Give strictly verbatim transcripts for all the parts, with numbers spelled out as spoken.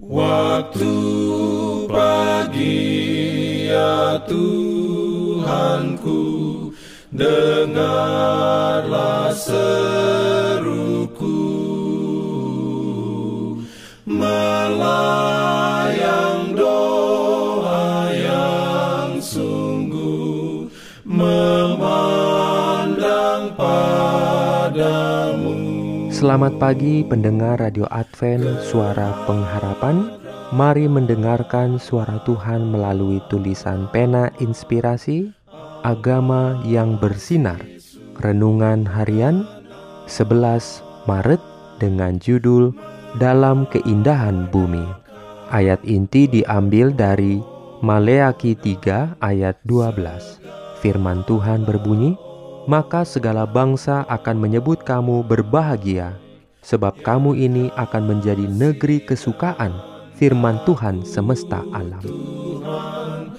Waktu pagi ya Tuhanku, dengarlah seruku, melayang doa yang sungguh, memandang padamu. Selamat pagi pendengar Radio Advent Suara Pengharapan. Mari mendengarkan suara Tuhan melalui tulisan pena inspirasi Agama yang Bersinar. Renungan harian sebelas Maret dengan judul Dalam Keindahan Bumi. Ayat inti diambil dari Maleakhi tiga ayat dua belas. Firman Tuhan berbunyi, maka segala bangsa akan menyebut kamu berbahagia, sebab kamu ini akan menjadi negeri kesukaan firman Tuhan semesta alam. Tuhan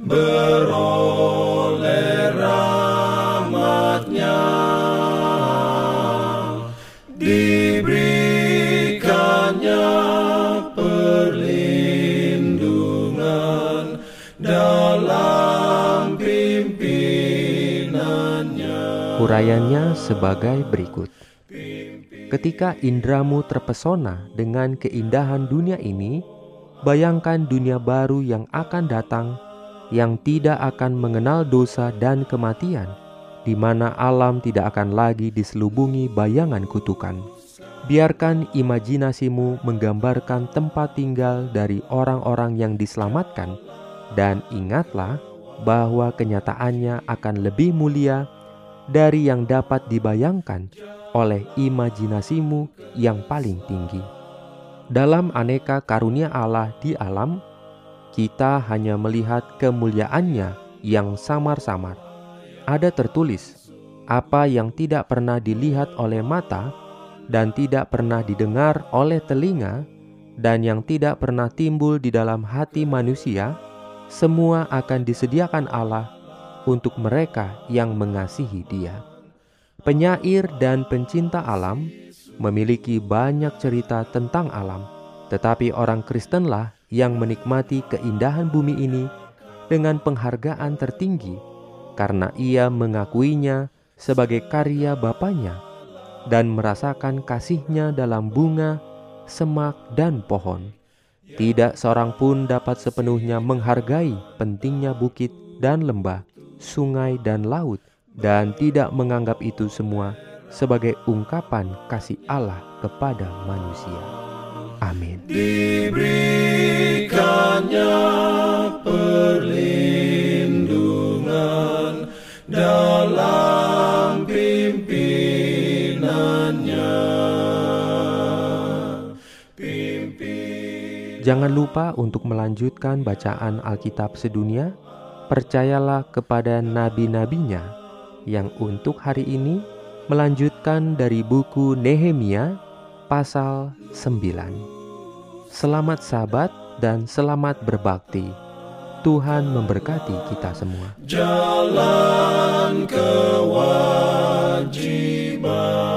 beroleh rahmat-Nya, diberikannya perlindungan dalam pimpinannya. Urayanya sebagai berikut. Ketika indramu terpesona dengan keindahan dunia ini, bayangkan dunia baru yang akan datang, yang tidak akan mengenal dosa dan kematian, di mana alam tidak akan lagi diselubungi bayangan kutukan. Biarkan imajinasimu menggambarkan tempat tinggal dari orang-orang yang diselamatkan, dan ingatlah bahwa kenyataannya akan lebih mulia dari yang dapat dibayangkan oleh imajinasimu yang paling tinggi. Dalam aneka karunia Allah di alam, kita hanya melihat kemuliaannya yang samar-samar. Ada tertulis, apa yang tidak pernah dilihat oleh mata dan tidak pernah didengar oleh telinga dan yang tidak pernah timbul di dalam hati manusia, semua akan disediakan Allah untuk mereka yang mengasihi Dia. Penyair dan pencinta alam memiliki banyak cerita tentang alam, tetapi orang Kristenlah yang menikmati keindahan bumi ini dengan penghargaan tertinggi karena ia mengakuinya sebagai karya Bapanya dan merasakan kasih-Nya dalam bunga, semak, dan pohon. Tidak seorang pun dapat sepenuhnya menghargai pentingnya bukit dan lembah, sungai dan laut, dan tidak menganggap itu semua sebagai ungkapan kasih Allah kepada manusia. Amin. Diberikannya perlindungan dalam pimpinannya. Pimpin... Jangan lupa untuk melanjutkan bacaan Alkitab sedunia. Percayalah kepada nabi-nabinya yang untuk hari ini melanjutkan dari buku Nehemia pasal sembilan. Selamat Sabat dan selamat berbakti. Tuhan memberkati kita semua. Jalan kewajiban.